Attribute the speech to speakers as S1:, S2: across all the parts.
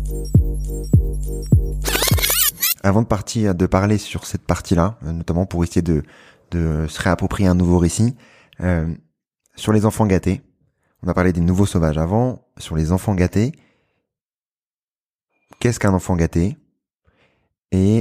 S1: Avant de parler sur cette partie-là, notamment pour essayer de se réapproprier un nouveau récit, sur les enfants gâtés, on a parlé des nouveaux sauvages avant, sur les enfants gâtés, qu'est-ce qu'un enfant gâté? Et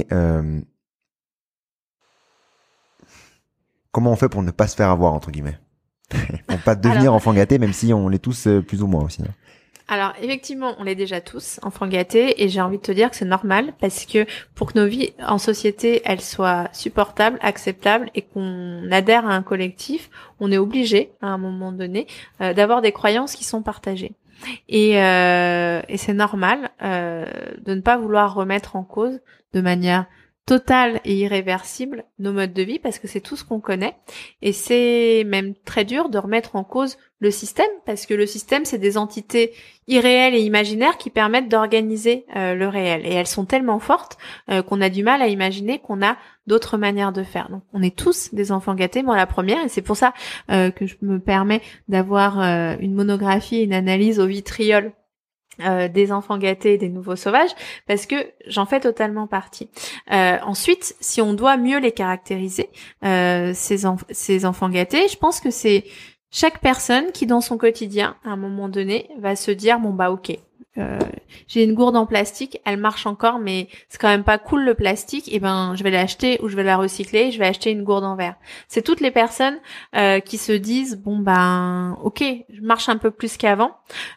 S1: comment on fait pour ne pas se faire avoir, entre guillemets? Pour pas devenir enfant gâté, même si on l'est tous plus ou moins aussi.
S2: Alors, effectivement, on l'est déjà tous, enfants gâtés, et j'ai envie de te dire que c'est normal, parce que pour que nos vies en société, elles soient supportables, acceptables, et qu'on adhère à un collectif, on est obligé, à un moment donné, d'avoir des croyances qui sont partagées. Et c'est normal de ne pas vouloir remettre en cause de manière totale et irréversible nos modes de vie, parce que c'est tout ce qu'on connaît, et c'est même très dur de remettre en cause le système, parce que le système, c'est des entités irréelles et imaginaires qui permettent d'organiser le réel, et elles sont tellement fortes qu'on a du mal à imaginer qu'on a d'autres manières de faire. Donc on est tous des enfants gâtés, moi la première, et c'est pour ça que je me permets d'avoir une monographie, une analyse au vitriol des enfants gâtés et des nouveaux sauvages, parce que j'en fais totalement partie. Ensuite, si on doit mieux les caractériser, ces enfants gâtés, je pense que c'est chaque personne qui, dans son quotidien, à un moment donné, va se dire, bon bah ok, j'ai une gourde en plastique, elle marche encore, mais c'est quand même pas cool le plastique, et ben je vais l'acheter ou je vais la recycler, je vais acheter une gourde en verre. C'est toutes les personnes qui se disent, bon ben ok, je marche un peu plus qu'avant,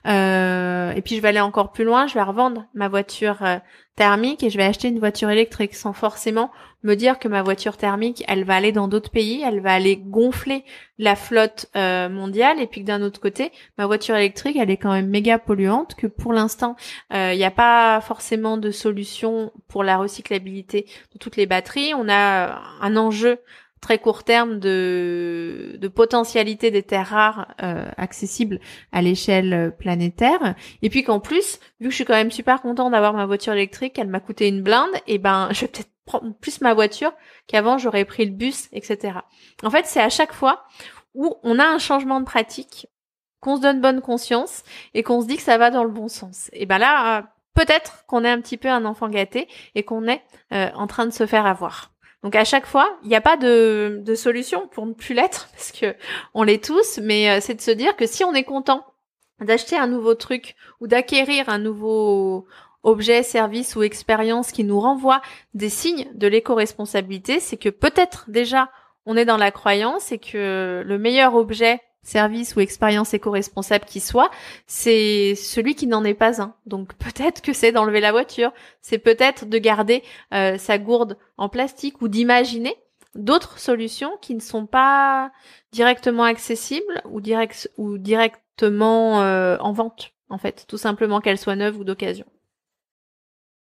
S2: et puis je vais aller encore plus loin, je vais revendre ma voiture thermique et je vais acheter une voiture électrique, sans forcément me dire que ma voiture thermique, elle va aller dans d'autres pays, elle va aller gonfler la flotte mondiale, et puis que d'un autre côté, ma voiture électrique, elle est quand même méga polluante, que pour l'instant, il n'y a pas forcément de solution pour la recyclabilité de toutes les batteries. On a un enjeu très court terme de potentialité des terres rares accessibles à l'échelle planétaire, et puis qu'en plus, vu que je suis quand même super contente d'avoir ma voiture électrique, elle m'a coûté une blinde, et ben je vais peut-être prendre plus ma voiture qu'avant j'aurais pris le bus, etc. En fait, c'est à chaque fois où on a un changement de pratique qu'on se donne bonne conscience et qu'on se dit que ça va dans le bon sens. Et ben là, peut-être qu'on est un petit peu un enfant gâté et qu'on est en train de se faire avoir. Donc à chaque fois, il n'y a pas de solution pour ne plus l'être, parce que on l'est tous, mais c'est de se dire que si on est content d'acheter un nouveau truc ou d'acquérir un nouveau objet, service ou expérience qui nous renvoie des signes de l'éco-responsabilité, c'est que peut-être déjà on est dans la croyance et que le meilleur objet, service ou expérience éco-responsable qui soit, c'est celui qui n'en est pas un. Donc peut-être que c'est d'enlever la voiture, c'est peut-être de garder sa gourde en plastique, ou d'imaginer d'autres solutions qui ne sont pas directement accessibles ou directement en vente, en fait, tout simplement, qu'elles soient neuves ou d'occasion.